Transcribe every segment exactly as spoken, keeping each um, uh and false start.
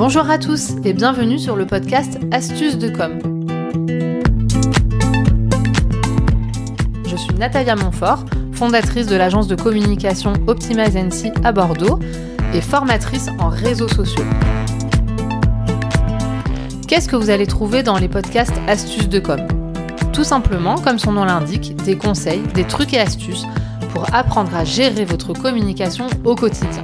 Bonjour à tous et bienvenue sur le podcast Astuces de com. Je suis Natalia Montfort, fondatrice de l'agence de communication Optimize N C à Bordeaux et formatrice en réseaux sociaux. Qu'est-ce que vous allez trouver dans les podcasts Astuces de com ? Tout simplement, comme son nom l'indique, des conseils, des trucs et astuces pour apprendre à gérer votre communication au quotidien.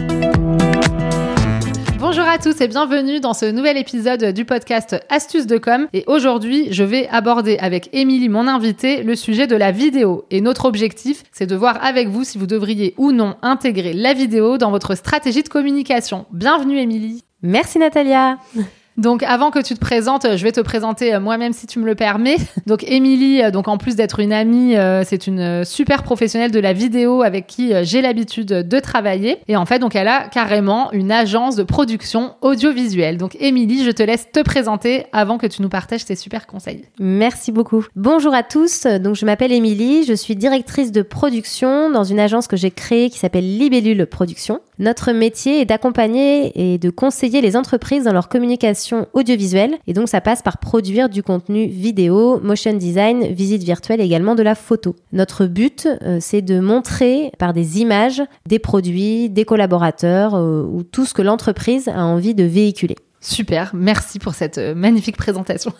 Bonjour à tous et bienvenue dans ce nouvel épisode du podcast Astuces de com. Et aujourd'hui, je vais aborder avec Émilie, mon invitée, le sujet de la vidéo. Et notre objectif, c'est de voir avec vous si vous devriez ou non intégrer la vidéo dans votre stratégie de communication. Bienvenue Émilie. Merci Natalia. Donc avant que tu te présentes, je vais te présenter moi-même si tu me le permets. Donc Émilie, donc en plus d'être une amie, c'est une super professionnelle de la vidéo avec qui j'ai l'habitude de travailler. Et en fait, donc elle a carrément une agence de production audiovisuelle. Donc Émilie, je te laisse te présenter avant que tu nous partages tes super conseils. Merci beaucoup. Bonjour à tous. Donc je m'appelle Émilie, je suis directrice de production dans une agence que j'ai créée qui s'appelle Libellule Production. Notre métier est d'accompagner et de conseiller les entreprises dans leur communication audiovisuelle et donc ça passe par produire du contenu vidéo, motion design, visite virtuelle et également de la photo. Notre but, euh, c'est de montrer par des images des produits, des collaborateurs euh, ou tout ce que l'entreprise a envie de véhiculer. Super, merci pour cette euh, magnifique présentation.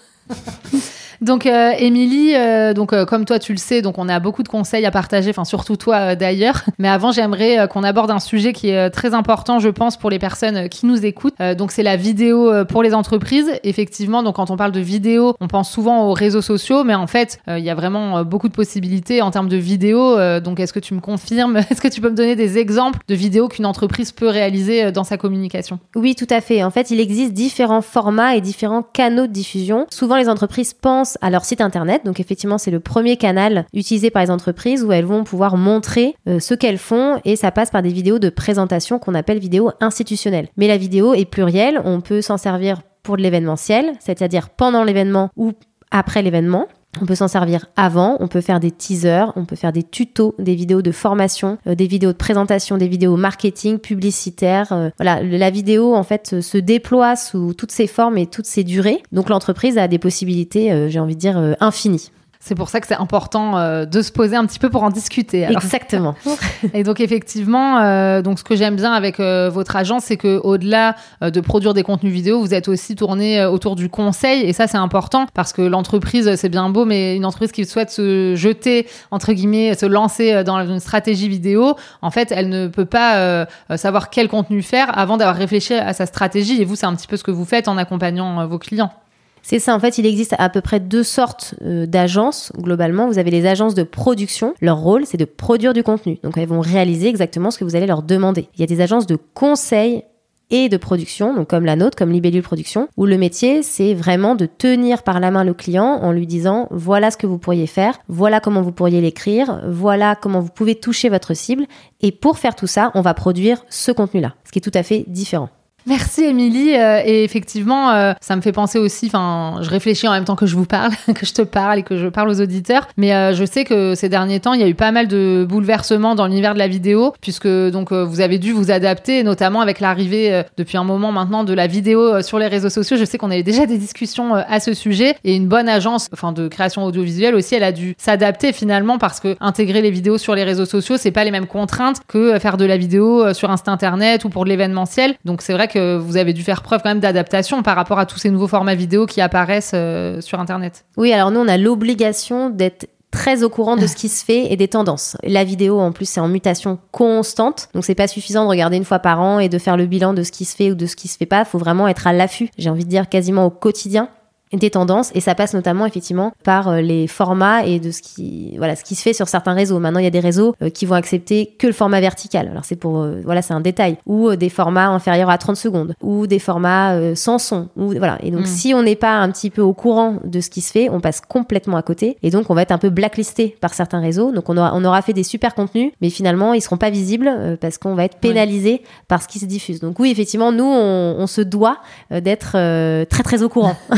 Donc euh, Émilie, euh, donc euh, comme toi tu le sais, donc on a beaucoup de conseils à partager, enfin surtout toi euh, d'ailleurs. Mais avant, j'aimerais euh, qu'on aborde un sujet qui est euh, très important, je pense, pour les personnes euh, qui nous écoutent. Euh, donc c'est la vidéo euh, pour les entreprises. Effectivement, donc quand on parle de vidéo, on pense souvent aux réseaux sociaux, mais en fait, il euh, y a vraiment euh, beaucoup de possibilités en termes de vidéo. Euh, donc est-ce que tu me confirmes ? Est-ce que tu peux me donner des exemples de vidéos qu'une entreprise peut réaliser euh, dans sa communication ? Oui, tout à fait. En fait, il existe différents formats et différents canaux de diffusion. Souvent, les entreprises pensent à leur site internet. Donc effectivement, c'est le premier canal utilisé par les entreprises où elles vont pouvoir montrer euh, ce qu'elles font et ça passe par des vidéos de présentation qu'on appelle vidéos institutionnelles. Mais la vidéo est plurielle. On peut s'en servir pour de l'événementiel, c'est-à-dire pendant l'événement ou après l'événement. On peut s'en servir avant, on peut faire des teasers, on peut faire des tutos, des vidéos de formation, euh, des vidéos de présentation, des vidéos marketing, publicitaires. Euh, voilà, la vidéo en fait se déploie sous toutes ses formes et toutes ses durées. Donc l'entreprise a des possibilités, euh, j'ai envie de dire, euh, infinies. C'est pour ça que c'est important euh, de se poser un petit peu pour en discuter. Alors. Exactement. Et donc effectivement, euh, donc ce que j'aime bien avec euh, votre agence, c'est que au-delà euh, de produire des contenus vidéo, vous êtes aussi tourné euh, autour du conseil. Et ça, c'est important parce que l'entreprise, c'est bien beau, mais une entreprise qui souhaite se jeter entre guillemets, se lancer dans une stratégie vidéo, en fait, elle ne peut pas euh, savoir quel contenu faire avant d'avoir réfléchi à sa stratégie. Et vous, c'est un petit peu ce que vous faites en accompagnant euh, vos clients. C'est ça, en fait, il existe à peu près deux sortes euh, d'agences, globalement. Vous avez les agences de production. Leur rôle, c'est de produire du contenu. Donc, elles vont réaliser exactement ce que vous allez leur demander. Il y a des agences de conseil et de production, donc comme la nôtre, comme Libellule Production, où le métier, c'est vraiment de tenir par la main le client en lui disant « voilà ce que vous pourriez faire, voilà comment vous pourriez l'écrire, voilà comment vous pouvez toucher votre cible. Et pour faire tout ça, on va produire ce contenu-là. » Ce qui est tout à fait différent. Merci Émilie, euh, et effectivement euh, ça me fait penser aussi, enfin je réfléchis en même temps que je vous parle, que je te parle et que je parle aux auditeurs, mais euh, je sais que ces derniers temps il y a eu pas mal de bouleversements dans l'univers de la vidéo, puisque donc euh, vous avez dû vous adapter, notamment avec l'arrivée euh, depuis un moment maintenant de la vidéo euh, sur les réseaux sociaux. Je sais qu'on avait déjà des discussions euh, à ce sujet, et une bonne agence enfin de création audiovisuelle aussi, elle a dû s'adapter finalement, parce que intégrer les vidéos sur les réseaux sociaux, c'est pas les mêmes contraintes que faire de la vidéo euh, sur un site internet ou pour de l'événementiel. Donc c'est vrai que que vous avez dû faire preuve quand même d'adaptation par rapport à tous ces nouveaux formats vidéo qui apparaissent euh, sur Internet. Oui, alors nous, on a l'obligation d'être très au courant de ce qui se fait et des tendances. La vidéo, en plus, c'est en mutation constante. Donc, c'est pas suffisant de regarder une fois par an et de faire le bilan de ce qui se fait ou de ce qui se fait pas. Il faut vraiment être à l'affût, j'ai envie de dire quasiment au quotidien, des tendances, et ça passe notamment effectivement par les formats et de ce qui voilà ce qui se fait sur certains réseaux. Maintenant, il y a des réseaux euh, qui vont accepter que le format vertical. Alors c'est pour euh, voilà, c'est un détail, ou euh, des formats inférieurs à trente secondes, ou des formats euh, sans son, ou voilà. Et donc mmh. si on n'est pas un petit peu au courant de ce qui se fait, on passe complètement à côté, et donc on va être un peu blacklisté par certains réseaux. Donc on aura on aura fait des super contenus, mais finalement ils seront pas visibles euh, parce qu'on va être pénalisé oui. par ce qui se diffuse. Donc oui, effectivement, nous on, on se doit euh, d'être euh, très très au courant.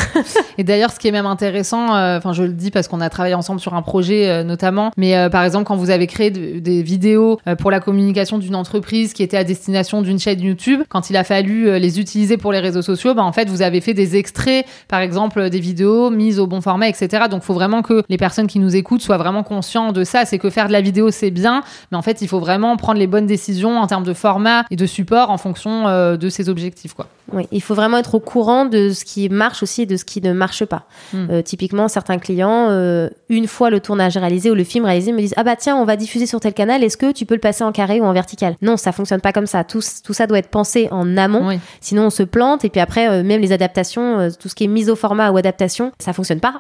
Et d'ailleurs, ce qui est même intéressant, enfin, euh, je le dis parce qu'on a travaillé ensemble sur un projet euh, notamment, mais euh, par exemple, quand vous avez créé de, des vidéos euh, pour la communication d'une entreprise qui était à destination d'une chaîne YouTube, quand il a fallu euh, les utiliser pour les réseaux sociaux, bah, en fait, vous avez fait des extraits, par exemple, des vidéos mises au bon format, et cetera. Donc, il faut vraiment que les personnes qui nous écoutent soient vraiment conscients de ça. C'est que faire de la vidéo, c'est bien, mais en fait, il faut vraiment prendre les bonnes décisions en termes de format et de support en fonction euh, de ses objectifs, quoi. Oui, il faut vraiment être au courant de ce qui marche aussi et de ce qui ne marche pas. Mmh. Euh, typiquement, certains clients, euh, une fois le tournage réalisé ou le film réalisé, me disent « Ah bah tiens, on va diffuser sur tel canal, est-ce que tu peux le passer en carré ou en vertical ?» Non, ça fonctionne pas comme ça. Tout, tout ça doit être pensé en amont, oui. Sinon on se plante. Et puis après, euh, même les adaptations, euh, tout ce qui est mise au format ou adaptation, ça fonctionne pas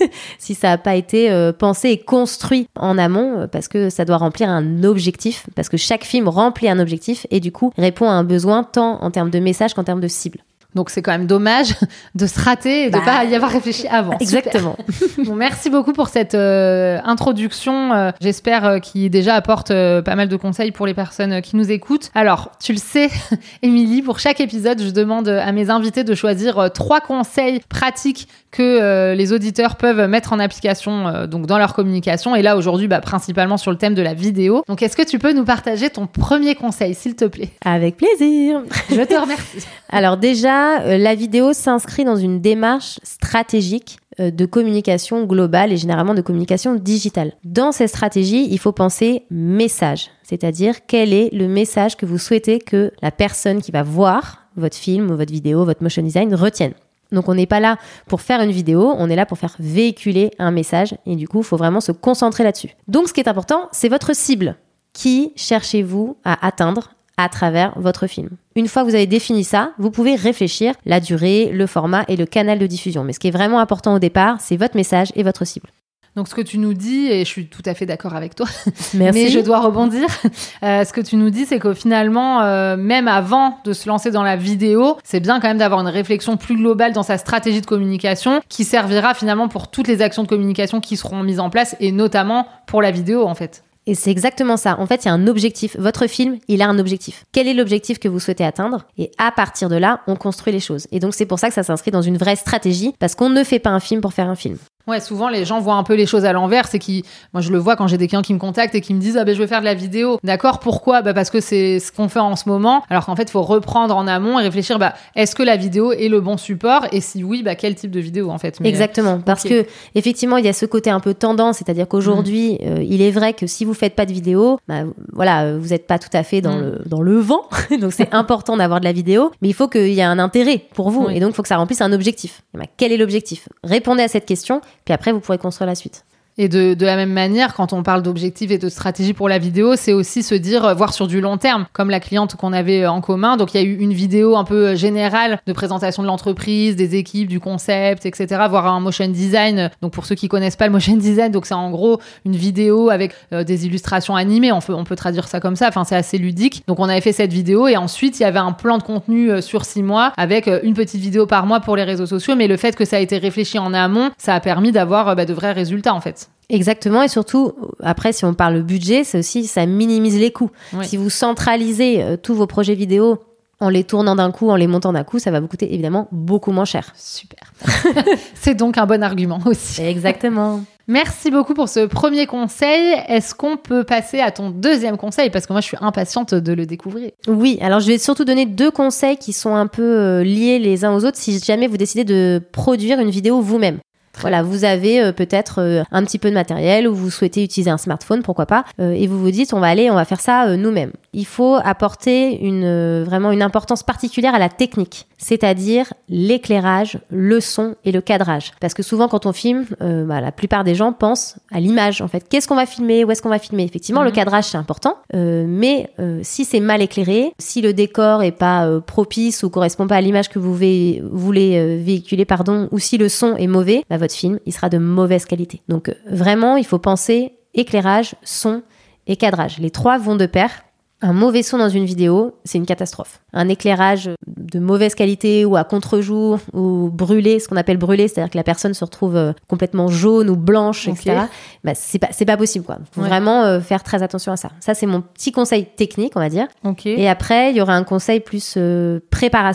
si ça n'a pas été euh, pensé et construit en amont, parce que ça doit remplir un objectif, parce que chaque film remplit un objectif et du coup répond à un besoin tant en termes de message qu'en termes de cible. Donc c'est quand même dommage de se rater et de bah, pas y avoir réfléchi avant. Exactement. Bon, merci beaucoup pour cette euh, introduction. Euh, j'espère euh, qu'il déjà apporte euh, pas mal de conseils pour les personnes euh, qui nous écoutent. Alors, tu le sais, Émilie, pour chaque épisode, je demande à mes invités de choisir euh, trois conseils pratiques que euh, les auditeurs peuvent mettre en application euh, donc dans leur communication. Et là, aujourd'hui, bah, principalement sur le thème de la vidéo. Donc, est-ce que tu peux nous partager ton premier conseil, s'il te plaît ? Avec plaisir. Je te remercie. Alors déjà, euh, la vidéo s'inscrit dans une démarche stratégique euh, de communication globale et généralement de communication digitale. Dans cette stratégie, il faut penser message, c'est-à-dire quel est le message que vous souhaitez que la personne qui va voir votre film ou votre vidéo, votre motion design retienne. Donc on n'est pas là pour faire une vidéo, on est là pour faire véhiculer un message et du coup, il faut vraiment se concentrer là-dessus. Donc ce qui est important, c'est votre cible. Qui cherchez-vous à atteindre à travers votre film? Une fois que vous avez défini ça, vous pouvez réfléchir la durée, le format et le canal de diffusion. Mais ce qui est vraiment important au départ, c'est votre message et votre cible. Donc, ce que tu nous dis, et je suis tout à fait d'accord avec toi, Merci. Mais je dois rebondir. Euh, ce que tu nous dis, c'est que finalement, euh, même avant de se lancer dans la vidéo, c'est bien quand même d'avoir une réflexion plus globale dans sa stratégie de communication qui servira finalement pour toutes les actions de communication qui seront mises en place et notamment pour la vidéo, en fait. Et c'est exactement ça. En fait, il y a un objectif. Votre film, il a un objectif. Quel est l'objectif que vous souhaitez atteindre? Et à partir de là, on construit les choses. Et donc, c'est pour ça que ça s'inscrit dans une vraie stratégie parce qu'on ne fait pas un film pour faire un film. Ouais, souvent les gens voient un peu les choses à l'envers, c'est qui, moi je le vois quand j'ai des clients qui me contactent et qui me disent ah ben je veux faire de la vidéo, d'accord, pourquoi? Bah parce que c'est ce qu'on fait en ce moment, alors qu'en fait il faut reprendre en amont et réfléchir bah est-ce que la vidéo est le bon support et si oui bah quel type de vidéo en fait. Mais exactement, euh, parce okay. que effectivement il y a ce côté un peu tendance, c'est-à-dire qu'aujourd'hui mmh. euh, il est vrai que si vous faites pas de vidéo, bah voilà vous êtes pas tout à fait dans mmh. le dans le vent, donc c'est important d'avoir de la vidéo, mais il faut qu'il y ait un intérêt pour vous oui. et donc il faut que ça remplisse un objectif. Bah, quel est l'objectif? Répondez à cette question. Puis après, vous pourrez construire la suite. Et de, de la même manière, quand on parle d'objectifs et de stratégie pour la vidéo, c'est aussi se dire, euh, voir sur du long terme, comme la cliente qu'on avait en commun. Donc, il y a eu une vidéo un peu générale de présentation de l'entreprise, des équipes, du concept, et cetera, voire un motion design. Donc, pour ceux qui connaissent pas le motion design, donc c'est en gros une vidéo avec euh, des illustrations animées. On peut, on peut traduire ça comme ça. Enfin, c'est assez ludique. Donc, on avait fait cette vidéo et ensuite, il y avait un plan de contenu euh, sur six mois avec euh, une petite vidéo par mois pour les réseaux sociaux. Mais le fait que ça a été réfléchi en amont, ça a permis d'avoir euh, bah, de vrais résultats, en fait. Exactement, et surtout, après, si on parle budget, c'est aussi, ça minimise les coûts. Oui. Si vous centralisez euh, tous vos projets vidéo en les tournant d'un coup, en les montant d'un coup, ça va vous coûter évidemment beaucoup moins cher. Super. C'est donc un bon argument aussi. Exactement. Merci beaucoup pour ce premier conseil. Est-ce qu'on peut passer à ton deuxième conseil? Parce que moi, je suis impatiente de le découvrir. Oui, alors je vais surtout donner deux conseils qui sont un peu liés les uns aux autres si jamais vous décidez de produire une vidéo vous-même. Voilà, vous avez euh, peut-être euh, un petit peu de matériel ou vous souhaitez utiliser un smartphone, pourquoi pas, euh, et vous vous dites on va aller, on va faire ça euh, nous-mêmes. Il faut apporter une, euh, vraiment une importance particulière à la technique, c'est-à-dire l'éclairage, le son et le cadrage. Parce que souvent quand on filme, euh, bah, la plupart des gens pensent à l'image en fait. Qu'est-ce qu'on va filmer? Où est-ce qu'on va filmer? Effectivement, mmh. le cadrage c'est important, euh, mais euh, si c'est mal éclairé, si le décor est pas euh, propice ou correspond pas à l'image que vous vé- voulez euh, véhiculer, pardon, ou si le son est mauvais, bah, votre film, il sera de mauvaise qualité. Donc vraiment, il faut penser éclairage, son et cadrage. Les trois vont de pair. Un mauvais son dans une vidéo, c'est une catastrophe. Un éclairage de mauvaise qualité ou à contre-jour ou brûlé, ce qu'on appelle brûlé, c'est-à-dire que la personne se retrouve complètement jaune ou blanche, okay. et cetera. Bah, c'est pas, c'est pas possible, quoi. Faut ouais. vraiment euh, faire très attention à ça. Ça, c'est mon petit conseil technique, on va dire. Okay. Et après, il y aura un conseil plus euh, préparation.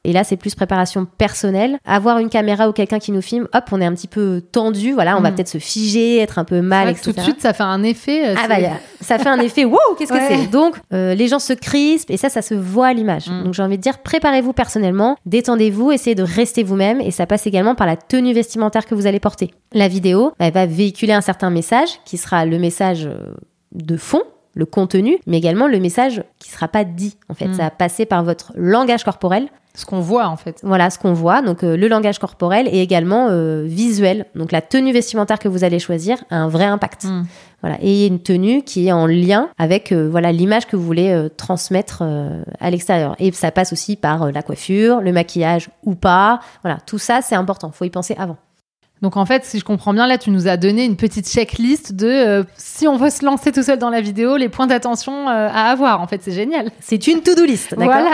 Et là, c'est plus préparation personnelle. Avoir une caméra ou quelqu'un qui nous filme, hop, on est un petit peu tendu. Voilà, on mmh. va peut-être se figer, être un peu mal, et cetera. Tout de suite, ça fait un effet. Ah bah, ça fait un effet. Wow, qu'est-ce ouais. que c'est? Donc, euh, les gens se crispent et ça, ça se voit à l'image. Mmh. Donc, j'ai envie de dire, préparez-vous personnellement, détendez-vous, essayez de rester vous-même. Et ça passe également par la tenue vestimentaire que vous allez porter. La vidéo, bah, elle va véhiculer un certain message qui sera le message de fond, le contenu, mais également le message qui ne sera pas dit. En fait, mmh. ça va passer par votre langage corporel. Ce qu'on voit, en fait. Voilà, ce qu'on voit. Donc, euh, le langage corporel et également euh, visuel. Donc, la tenue vestimentaire que vous allez choisir a un vrai impact. Mmh. Voilà. Et une tenue qui est en lien avec euh, voilà, l'image que vous voulez euh, transmettre euh, à l'extérieur. Et ça passe aussi par euh, la coiffure, le maquillage ou pas. Voilà, tout ça, c'est important. Il faut y penser avant. Donc en fait, si je comprends bien, là, tu nous as donné une petite checklist de euh, si on veut se lancer tout seul dans la vidéo, les points d'attention euh, à avoir. En fait, c'est génial. C'est une to-do list, d'accord ? Voilà.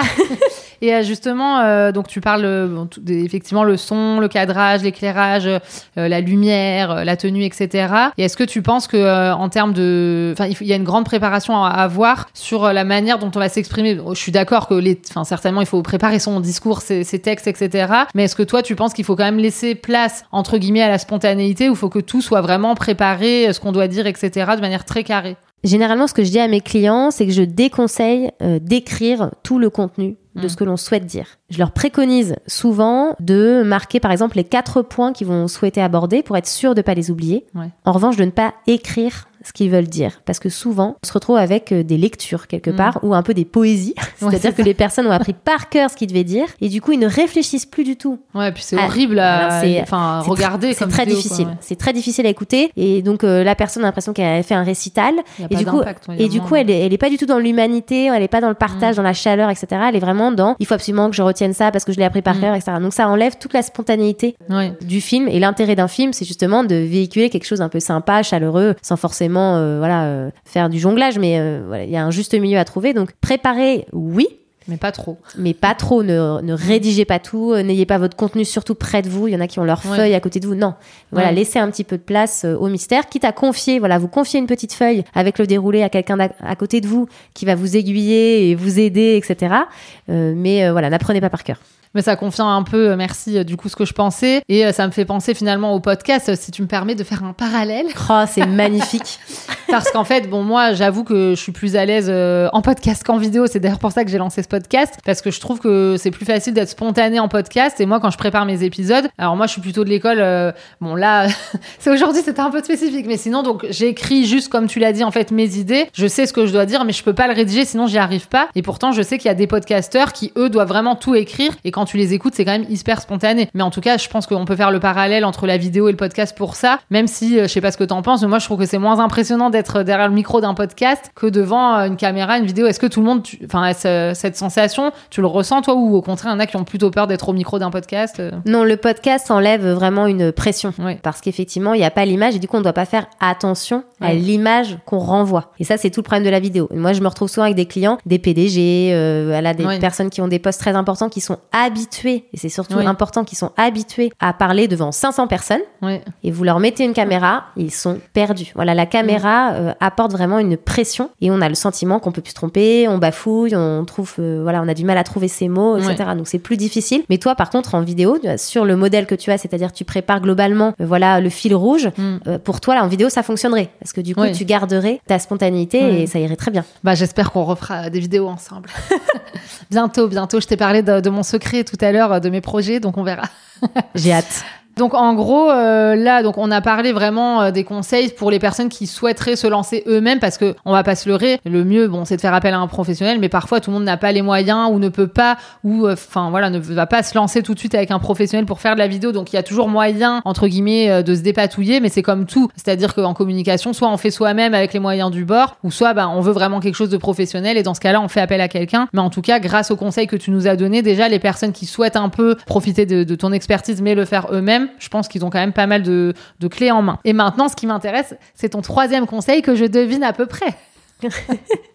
Et euh, justement, euh, donc tu parles euh, effectivement le son, le cadrage, l'éclairage, euh, la lumière, euh, la tenue, et cetera. Et est-ce que tu penses que euh, en termes de, enfin, il y a une grande préparation à avoir sur euh, la manière dont on va s'exprimer. Je suis d'accord que les, enfin, certainement, il faut préparer son discours, ses, ses textes, et cetera. Mais est-ce que toi, tu penses qu'il faut quand même laisser place entre guillemets à la spontanéité, où il faut que tout soit vraiment préparé, ce qu'on doit dire, et cetera, de manière très carrée? Généralement, ce que je dis à mes clients, c'est que je déconseille euh, d'écrire tout le contenu de mmh. ce que l'on souhaite dire. Je leur préconise souvent de marquer, par exemple, les quatre points qu'ils vont souhaiter aborder pour être sûr de ne pas les oublier. Ouais. En revanche, de ne pas écrire ce qu'ils veulent dire. Parce que souvent, on se retrouve avec des lectures quelque mmh. part ou un peu des poésies. C'est-à-dire ouais, c'est que ça. Les personnes ont appris par cœur ce qu'ils devaient dire et du coup, ils ne réfléchissent plus du tout. Ouais, puis c'est ah, horrible à c'est, enfin, c'est regarder. Tr- comme c'est très vidéo, difficile. Quoi, ouais. C'est très difficile à écouter. Et donc, euh, la personne a l'impression qu'elle a fait un récital. Il y a et pas du coup, ouais, et du coup, elle est, elle est pas du tout dans l'humanité, elle est pas dans le partage, mmh. dans la chaleur, et cetera. Elle est vraiment dans, il faut absolument que je retienne ça parce que je l'ai appris par mmh. cœur, et cetera. Donc, ça enlève toute la spontanéité ouais. du film. Et l'intérêt d'un film, c'est justement de véhiculer quelque chose un peu sympa, chaleureux, sans forcément, euh, voilà, euh, faire du jonglage, mais euh, voilà, il y a un juste milieu à trouver. Donc, préparer, oui. Mais pas trop. Mais pas trop. Ne, ne rédigez pas tout. N'ayez pas votre contenu surtout près de vous. Il y en a qui ont leur ouais. feuille à côté de vous. Non. Voilà, ouais. laissez un petit peu de place euh, au mystère. Quitte à confier, voilà, vous confiez une petite feuille avec le déroulé à quelqu'un à côté de vous qui va vous aiguiller et vous aider, et cetera. Euh, mais euh, voilà, n'apprenez pas par cœur. Mais ça confirme un peu, merci, du coup, ce que je pensais. Et euh, ça me fait penser finalement au podcast, si tu me permets de faire un parallèle. Oh, c'est magnifique. Parce qu'en fait, bon, moi, j'avoue que je suis plus à l'aise euh, en podcast qu'en vidéo. C'est d'ailleurs pour ça que j'ai lancé ce podcast. Parce que je trouve que c'est plus facile d'être spontané en podcast. Et moi, quand je prépare mes épisodes, alors moi, je suis plutôt de l'école. Euh, bon, là, c'est aujourd'hui, c'était un peu spécifique. Mais sinon, donc, j'écris juste, comme tu l'as dit, en fait, mes idées. Je sais ce que je dois dire, mais je peux pas le rédiger, sinon j'y arrive pas. Et pourtant, je sais qu'il y a des podcasteurs qui, eux, doivent vraiment tout écrire. Et quand tu les écoutes, c'est quand même hyper spontané. Mais en tout cas, je pense qu'on peut faire le parallèle entre la vidéo et le podcast pour ça, même si euh, je sais pas ce que t'en penses, mais moi je trouve que c'est moins impressionnant d'être derrière le micro d'un podcast que devant euh, une caméra, une vidéo. Est-ce que tout le monde, enfin, tu... cette sensation, tu le ressens toi, ou au contraire, il y en a qui ont plutôt peur d'être au micro d'un podcast euh... Non, le podcast enlève vraiment une pression, oui. parce qu'effectivement, il n'y a pas l'image et du coup, on ne doit pas faire attention oui. à l'image qu'on renvoie. Et ça, c'est tout le problème de la vidéo. Et moi, je me retrouve souvent avec des clients, des P D G, euh, voilà, des oui. personnes qui ont des postes très importants, qui sont habitués, et c'est surtout oui. important, qui sont habitués à parler devant cinq cents personnes, oui. et vous leur mettez une caméra, ils sont perdus. Voilà, la caméra euh, apporte vraiment une pression, et on a le sentiment qu'on peut plus se tromper, on bafouille, on trouve, euh, voilà, on a du mal à trouver ses mots, et cetera. Oui. Donc c'est plus difficile. Mais toi, par contre, en vidéo, sur le modèle que tu as, c'est-à-dire tu prépares globalement, euh, voilà, le fil rouge. Mm. Euh, pour toi, là, en vidéo, ça fonctionnerait, parce que du coup, oui. tu garderais ta spontanéité oui. et ça irait très bien. Bah, j'espère qu'on refera des vidéos ensemble. bientôt, bientôt. Je t'ai parlé de, de mon secret tout à l'heure, de mes projets, donc on verra. J'ai hâte. Donc en gros, euh, là, donc on a parlé vraiment euh, des conseils pour les personnes qui souhaiteraient se lancer eux-mêmes, parce que on va pas se leurrer. Le mieux, bon, c'est de faire appel à un professionnel, mais parfois tout le monde n'a pas les moyens ou ne peut pas, ou enfin euh, voilà, ne va pas se lancer tout de suite avec un professionnel pour faire de la vidéo. Donc il y a toujours moyen entre guillemets euh, de se dépatouiller, mais c'est comme tout, c'est-à-dire qu'en communication, soit on fait soi-même avec les moyens du bord, ou soit ben on veut vraiment quelque chose de professionnel, et dans ce cas-là, on fait appel à quelqu'un. Mais en tout cas, grâce aux conseils que tu nous as donnés, déjà les personnes qui souhaitent un peu profiter de, de ton expertise, mais le faire eux-mêmes, je pense qu'ils ont quand même pas mal de, de clés en main. Et maintenant, ce qui m'intéresse, c'est ton troisième conseil que je devine à peu près.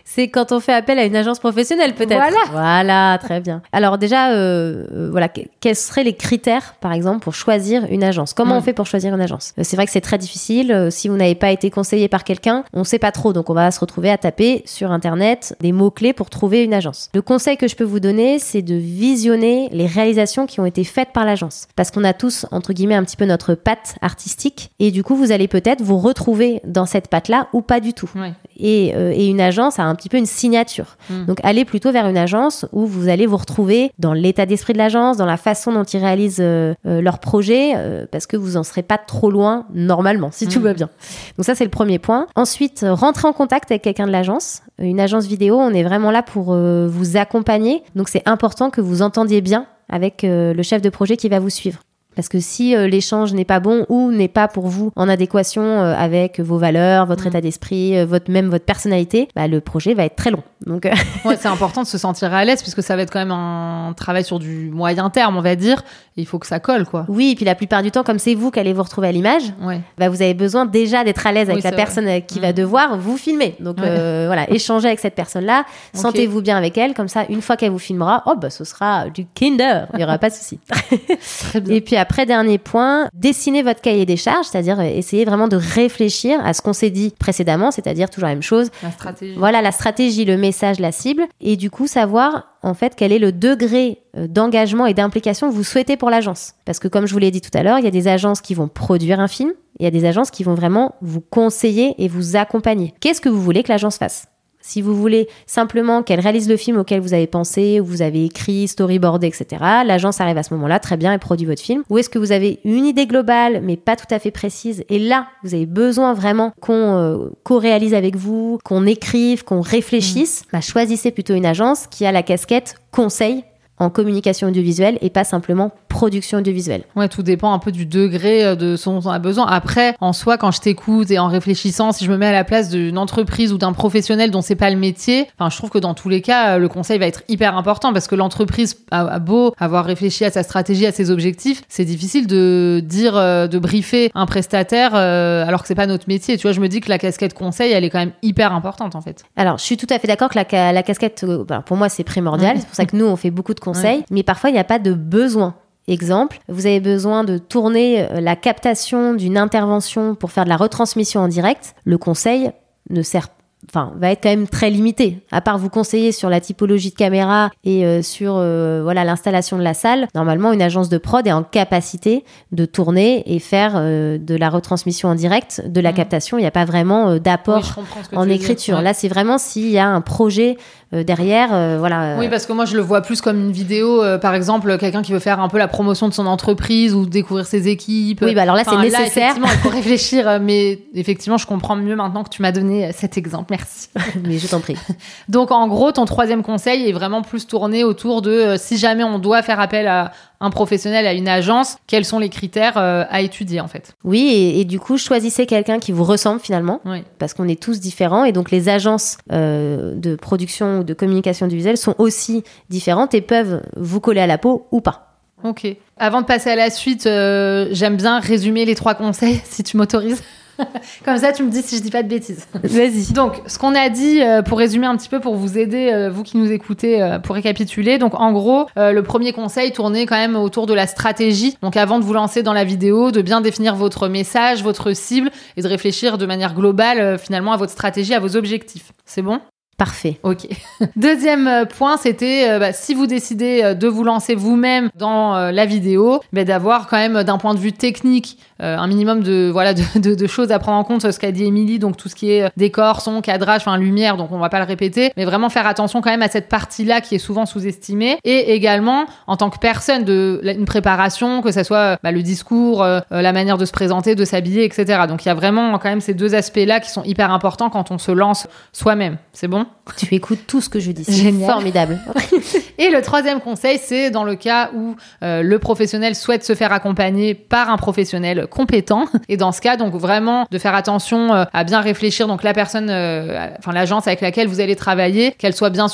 C'est quand on fait appel à une agence professionnelle, peut-être. Voilà. Voilà, très bien. Alors déjà, euh, euh, voilà, que- quels seraient les critères, par exemple, pour choisir une agence ? Comment Mm. on fait pour choisir une agence ? Euh, C'est vrai que c'est très difficile. Euh, Si vous n'avez pas été conseillé par quelqu'un, on ne sait pas trop. Donc, on va se retrouver à taper sur Internet des mots-clés pour trouver une agence. Le conseil que je peux vous donner, c'est de visionner les réalisations qui ont été faites par l'agence. Parce qu'on a tous, entre guillemets, un petit peu notre patte artistique. Et du coup, vous allez peut-être vous retrouver dans cette patte-là ou pas du tout. Ouais. Et, euh, et une agence a un petit peu une signature. Mm. Donc, allez plutôt vers une agence où vous allez vous retrouver dans l'état d'esprit de l'agence, dans la façon dont ils réalisent euh, euh, leurs projets, euh, parce que vous en serez pas trop loin normalement, si tout Mm. va bien. Donc ça, c'est le premier point. Ensuite, euh, rentrez en contact avec quelqu'un de l'agence. Une agence vidéo, on est vraiment là pour euh, vous accompagner. Donc, c'est important que vous entendiez bien avec euh, le chef de projet qui va vous suivre. Parce que si euh, l'échange n'est pas bon ou n'est pas pour vous en adéquation euh, avec vos valeurs, votre Mm. état d'esprit, euh, votre, même votre personnalité, bah, le projet va être très long. Donc, euh, Ouais, c'est important de se sentir à l'aise puisque ça va être quand même un travail sur du moyen terme, on va dire. Et il faut que ça colle, quoi. oui, et puis la plupart du temps, comme c'est vous qui allez vous retrouver à l'image, Ouais. bah, vous avez besoin déjà d'être à l'aise avec Oui, la c'est personne euh, qui Mm. va devoir vous filmer. Donc Ouais. euh, voilà, échangez avec cette personne-là, Ok. sentez-vous bien avec elle, comme ça, une fois qu'elle vous filmera, oh bah ce sera du Kinder, il n'y aura pas de souci. Très bien. Et puis après, dernier point, dessinez votre cahier des charges, c'est-à-dire euh, essayez vraiment de réfléchir à ce qu'on s'est dit précédemment, c'est-à-dire toujours la même chose. La stratégie. Voilà la stratégie, le message, la cible, et du coup savoir en fait quel est le degré euh, d'engagement et d'implication que vous souhaitez pour l'agence. Parce que comme je vous l'ai dit tout à l'heure, il y a des agences qui vont produire un film, il y a des agences qui vont vraiment vous conseiller et vous accompagner. Qu'est-ce que vous voulez que l'agence fasse ? Si vous voulez simplement qu'elle réalise le film auquel vous avez pensé, ou vous avez écrit, storyboardé, et cetera, l'agence arrive à ce moment-là, très bien, et produit votre film. Ou est-ce que vous avez une idée globale, mais pas tout à fait précise, et là, vous avez besoin vraiment qu'on euh, co-réalise avec vous, qu'on écrive, qu'on réfléchisse, bah, choisissez plutôt une agence qui a la casquette conseil en communication audiovisuelle et pas simplement production audiovisuelle. Ouais, tout dépend un peu du degré de ce dont on a besoin. Après, en soi, quand je t'écoute et en réfléchissant, si je me mets à la place d'une entreprise ou d'un professionnel dont c'est pas le métier, enfin, je trouve que dans tous les cas, le conseil va être hyper important parce que l'entreprise a, a beau avoir réfléchi à sa stratégie, à ses objectifs, c'est difficile de dire, de briefer un prestataire euh, alors que c'est pas notre métier. Tu vois, je me dis que la casquette conseil, elle est quand même hyper importante en fait. Alors, je suis tout à fait d'accord que la, la casquette, euh, bah, pour moi, c'est primordial. Ouais. C'est pour ça que nous, on fait beaucoup de conseils. Ouais. Mais parfois, il n'y a pas de besoin. Exemple, vous avez besoin de tourner euh, la captation d'une intervention pour faire de la retransmission en direct. Le conseil ne sert Enfin, va être quand même très limité. À part vous conseiller sur la typologie de caméra et euh, sur euh, voilà l'installation de la salle, normalement une agence de prod est en capacité de tourner et faire euh, de la retransmission en direct, de la Mmh. captation. Il n'y a pas vraiment euh, d'apport Oui, je comprends ce que en tu veux dire. écriture. Ouais. Là, c'est vraiment s'il y a un projet euh, derrière, euh, voilà. Oui, parce que moi, je le vois plus comme une vidéo, euh, par exemple, quelqu'un qui veut faire un peu la promotion de son entreprise ou découvrir ses équipes. Oui, bah alors là, Enfin, c'est nécessaire. Effectivement, il faut réfléchir, euh, mais effectivement, je comprends mieux maintenant que tu m'as donné euh, cet exemple. Merci. Mais je t'en prie. Donc, en gros, ton troisième conseil est vraiment plus tourné autour de euh, si jamais on doit faire appel à un professionnel, à une agence, quels sont les critères euh, à étudier, en fait. Oui, et, et du coup, choisissez quelqu'un qui vous ressemble finalement, Oui. parce qu'on est tous différents, et donc les agences euh, de production ou de communication audiovisuelle sont aussi différentes et peuvent vous coller à la peau ou pas. Ok. Avant de passer à la suite, euh, j'aime bien résumer les trois conseils, si tu m'autorises. Comme ça, tu me dis si je dis pas de bêtises. Vas-y. Donc, ce qu'on a dit, euh, pour résumer un petit peu, pour vous aider, euh, vous qui nous écoutez, euh, pour récapituler. Donc, en gros, euh, le premier conseil tournait quand même autour de la stratégie. Donc, avant de vous lancer dans la vidéo, de bien définir votre message, votre cible et de réfléchir de manière globale, euh, finalement, à votre stratégie, à vos objectifs. C'est bon ? Parfait. Ok. Deuxième point, c'était euh, bah, si vous décidez euh, de vous lancer vous-même dans euh, la vidéo, bah, d'avoir quand même d'un point de vue technique euh, un minimum de voilà de, de, de choses à prendre en compte, ce qu'a dit Émilie, donc tout ce qui est euh, décor, son, cadrage, enfin lumière, donc on va pas le répéter, mais vraiment faire attention quand même à cette partie-là qui est souvent sous-estimée, et également en tant que personne de une préparation, que ça soit bah, le discours, euh, la manière de se présenter, de s'habiller, et cetera. Donc il y a vraiment quand même ces deux aspects-là qui sont hyper importants quand on se lance soi-même. C'est bon ? Tu écoutes tout ce que je dis. C'est Génial. formidable. Et le troisième conseil, c'est dans le cas où euh, le professionnel souhaite se faire accompagner par un professionnel compétent. Et dans ce cas, donc vraiment de faire attention euh, à bien réfléchir. Donc la personne, euh, enfin l'agence avec laquelle vous allez travailler, qu'elle soit bien sûr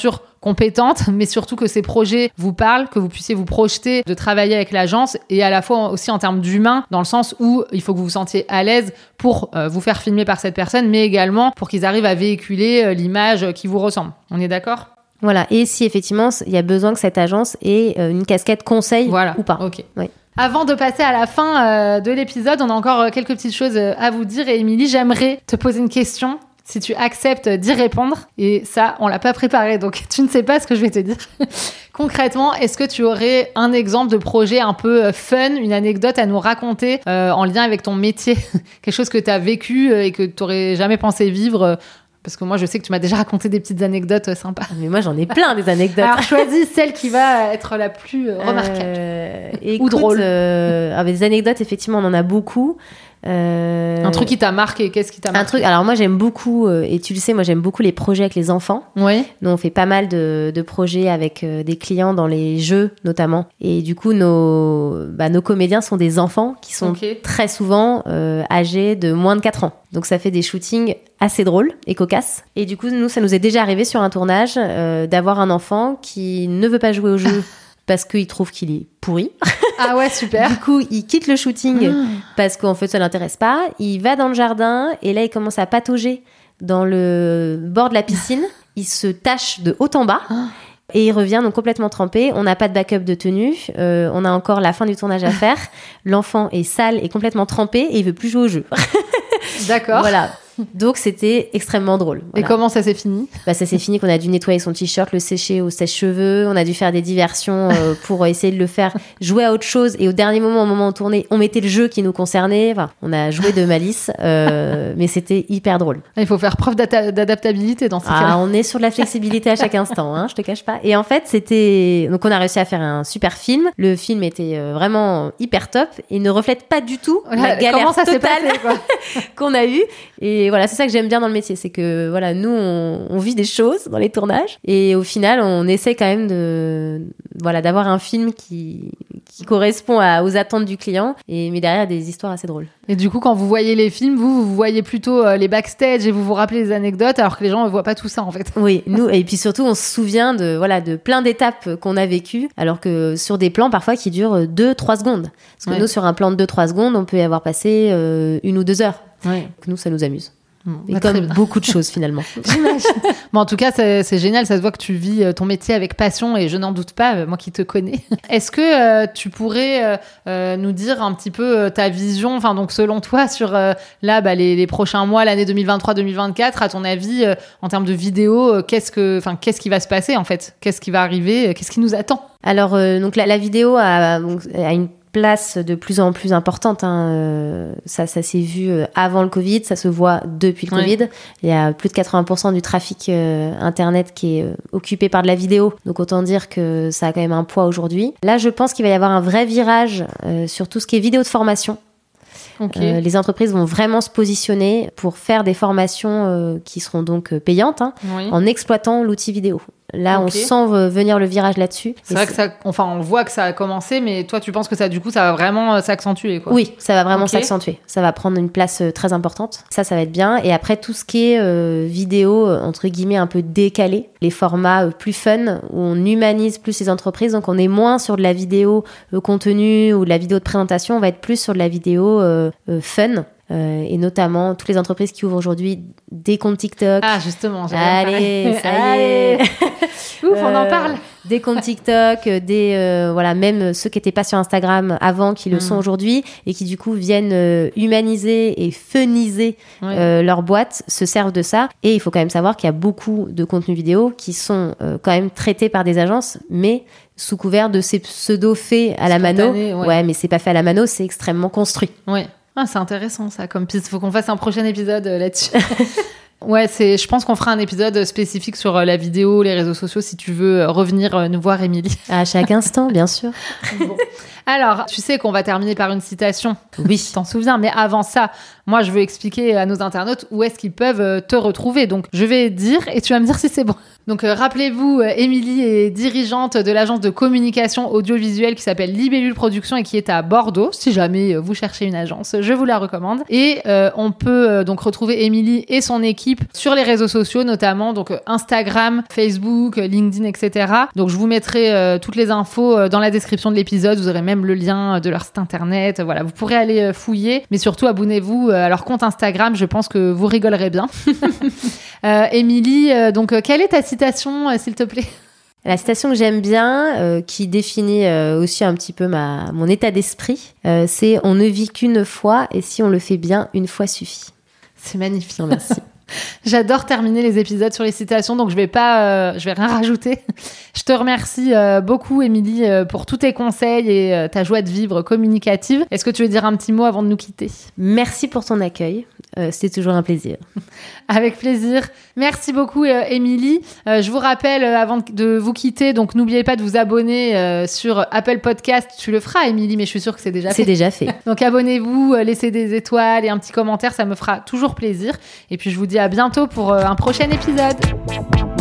compétente, mais surtout que ces projets vous parlent, que vous puissiez vous projeter de travailler avec l'agence et à la fois aussi en termes d'humain, dans le sens où il faut que vous vous sentiez à l'aise pour euh, vous faire filmer par cette personne, mais également pour qu'ils arrivent à véhiculer euh, l'image qui vous ressemble. On est d'accord ? Voilà, et si effectivement il y a besoin que cette agence ait euh, une casquette conseil voilà. ou pas. Ok. Oui. Avant de passer à la fin euh, de l'épisode, on a encore euh, quelques petites choses euh, à vous dire. Et Émilie, j'aimerais te poser une question, si tu acceptes d'y répondre. Et ça, on l'a pas préparé, donc tu ne sais pas ce que je vais te dire. Concrètement, est-ce que tu aurais un exemple de projet un peu fun, une anecdote à nous raconter euh, en lien avec ton métier? Quelque chose que tu as vécu euh, et que tu n'aurais jamais pensé vivre euh, Parce que moi, je sais que tu m'as déjà raconté des petites anecdotes euh, sympas. Mais moi, j'en ai plein des anecdotes. Alors, choisis celle qui va être la plus euh, remarquable. Euh, écoute, ou drôle. Euh, ah, des anecdotes, effectivement, on en a beaucoup. Euh, un truc qui t'a marqué, qu'est-ce qui t'a marqué? Un truc, alors moi j'aime beaucoup, euh, et tu le sais, moi j'aime beaucoup les projets avec les enfants. Oui. Nous on fait pas mal de, de projets avec euh, des clients dans les jeux notamment. Et du coup, nos, bah, nos comédiens sont des enfants qui sont okay. très souvent euh, âgés de moins de quatre ans. Donc ça fait des shootings assez drôles et cocasses. Et du coup, nous, ça nous est déjà arrivé sur un tournage euh, d'avoir un enfant qui ne veut pas jouer au jeu parce qu'il trouve qu'il est pourri. Ah ouais, super. Du coup, il quitte le shooting mmh. parce qu'en fait, ça l'intéresse pas. Il va dans le jardin et là, il commence à patauger dans le bord de la piscine. Il se tâche de haut en bas. Et il revient donc complètement trempé. On n'a pas de backup de tenue. Euh, on a encore la fin du tournage à faire. L'enfant est sale et complètement trempé et il veut plus jouer au jeu. D'accord. Voilà. Donc, c'était extrêmement drôle. Voilà. Et comment ça s'est fini ? Bah, ça s'est fini qu'on a dû nettoyer son t-shirt, le sécher au sèche-cheveux. On a dû faire des diversions euh, pour essayer de le faire jouer à autre chose. Et au dernier moment, au moment où on tournait, on mettait le jeu qui nous concernait. Enfin, on a joué de malice, euh, mais c'était hyper drôle. Il faut faire preuve d'ata- d'adaptabilité dans ces ah, cas-là. On est sur de la flexibilité à chaque instant, hein, je te cache pas. Et en fait, c'était... Donc, on a réussi à faire un super film. Le film était euh, vraiment hyper top et ne reflète pas du tout la galère Comment ça totale s'est passé, quoi qu'on a eue. Et voilà, c'est ça que j'aime bien dans le métier, c'est que voilà, nous on, on vit des choses dans les tournages et au final on essaie quand même de voilà d'avoir un film qui qui correspond à, aux attentes du client et mais derrière des histoires assez drôles. Et du coup, quand vous voyez les films, vous vous voyez plutôt euh, les backstage et vous vous rappelez les anecdotes, alors que les gens ne voient pas tout ça en fait. Oui, nous et puis surtout on se souvient de voilà de plein d'étapes qu'on a vécues, alors que sur des plans parfois qui durent deux trois secondes. Parce que ouais. nous sur un plan de deux trois secondes, on peut y avoir passé euh, une ou deux heures. Ouais. Donc nous ça nous amuse. Et bah, comme beaucoup de choses finalement. J'imagine. Bon, en tout cas, c'est, c'est génial. Ça se voit que tu vis ton métier avec passion et je n'en doute pas, moi qui te connais. Est-ce que euh, tu pourrais euh, nous dire un petit peu euh, ta vision, enfin donc selon toi sur euh, là bah, les, les prochains mois, l'année deux mille vingt-trois deux mille vingt-quatre, à ton avis, euh, en termes de vidéo, euh, qu'est-ce que, enfin qu'est-ce qui va se passer en fait ? Qu'est-ce qui va arriver ? Qu'est-ce qui nous attend ? Alors euh, donc la, la vidéo a, a une place de plus en plus importante. Hein. Euh, ça, ça s'est vu avant le Covid, ça se voit depuis le Covid. Ouais. Il y a plus de quatre-vingts pour cent du trafic euh, Internet qui est euh, occupé par de la vidéo. Donc autant dire que ça a quand même un poids aujourd'hui. Là, je pense qu'il va y avoir un vrai virage euh, sur tout ce qui est vidéo de formation. Okay. Euh, les entreprises vont vraiment se positionner pour faire des formations euh, qui seront donc euh, payantes hein, oui. en exploitant l'outil vidéo. Là, okay. on sent venir le virage là-dessus. C'est vrai c'est... que ça, enfin, on voit que ça a commencé, mais toi, tu penses que ça, du coup, ça va vraiment s'accentuer, quoi. Oui, ça va vraiment okay. s'accentuer. Ça va prendre une place très importante. Ça, ça va être bien. Et après, tout ce qui est euh, vidéo, entre guillemets, un peu décalé, les formats euh, plus fun, où on humanise plus les entreprises. Donc, on est moins sur de la vidéo euh, contenu ou de la vidéo de présentation. On va être plus sur de la vidéo euh, euh, fun. Euh, et notamment toutes les entreprises qui ouvrent aujourd'hui des comptes TikTok. Ah justement, j'ai allez, ça y est. Ouf, on en parle. Euh, des comptes TikTok, des euh, voilà même ceux qui n'étaient pas sur Instagram avant, qui le mmh. sont aujourd'hui et qui du coup viennent euh, humaniser et funiser oui. euh, leur boîte, se servent de ça. Et il faut quand même savoir qu'il y a beaucoup de contenus vidéo qui sont euh, quand même traités par des agences, mais sous couvert de ces pseudo faits à la mano. Ouais. ouais, mais c'est pas fait à la mano, c'est extrêmement construit. Ouais. Ah, c'est intéressant ça comme piste. Faut qu'on fasse un prochain épisode euh, là-dessus. Ouais, c'est. Je pense qu'on fera un épisode spécifique sur euh, la vidéo, les réseaux sociaux, si tu veux euh, revenir euh, nous voir, Émilie. À chaque instant, bien sûr. Bon. Alors, tu sais qu'on va terminer par une citation. Oui. Tu t'en souviens, mais avant ça, moi, je veux expliquer à nos internautes où est-ce qu'ils peuvent te retrouver. Donc, je vais dire et tu vas me dire si c'est bon. Donc, euh, rappelez-vous, euh, Émilie est dirigeante de l'agence de communication audiovisuelle qui s'appelle Libellule Productions et qui est à Bordeaux. Si jamais euh, vous cherchez une agence, je vous la recommande. Et euh, on peut euh, donc retrouver Émilie et son équipe sur les réseaux sociaux, notamment donc euh, Instagram, Facebook, LinkedIn, et cetera. Donc, je vous mettrai euh, toutes les infos euh, dans la description de l'épisode. Vous aurez même le lien de leur site internet. Voilà, vous pourrez aller euh, fouiller. Mais surtout, abonnez-vous euh, à leur compte Instagram. Je pense que vous rigolerez bien. euh, Émilie, euh, donc, euh, quelle est ta citation, euh, s'il te plaît? La citation que j'aime bien, euh, qui définit euh, aussi un petit peu ma, mon état d'esprit, euh, c'est « On ne vit qu'une fois et si on le fait bien, une fois suffit ». C'est magnifique, merci. J'adore terminer les épisodes sur les citations, donc je vais pas, euh, je vais rien rajouter. Je te remercie euh, beaucoup, Émilie, euh, pour tous tes conseils et euh, ta joie de vivre communicative. Est-ce que tu veux dire un petit mot avant de nous quitter? Merci pour ton accueil. Euh, c'était toujours un plaisir. Avec plaisir. Merci beaucoup, euh, Émilie. Euh, je vous rappelle, euh, avant de vous quitter, donc n'oubliez pas de vous abonner euh, sur Apple Podcast. Tu le feras, Émilie, mais je suis sûre que c'est déjà fait. C'est déjà fait. Donc abonnez-vous, euh, laissez des étoiles et un petit commentaire, ça me fera toujours plaisir. Et puis je vous dis à bientôt pour euh, un prochain épisode.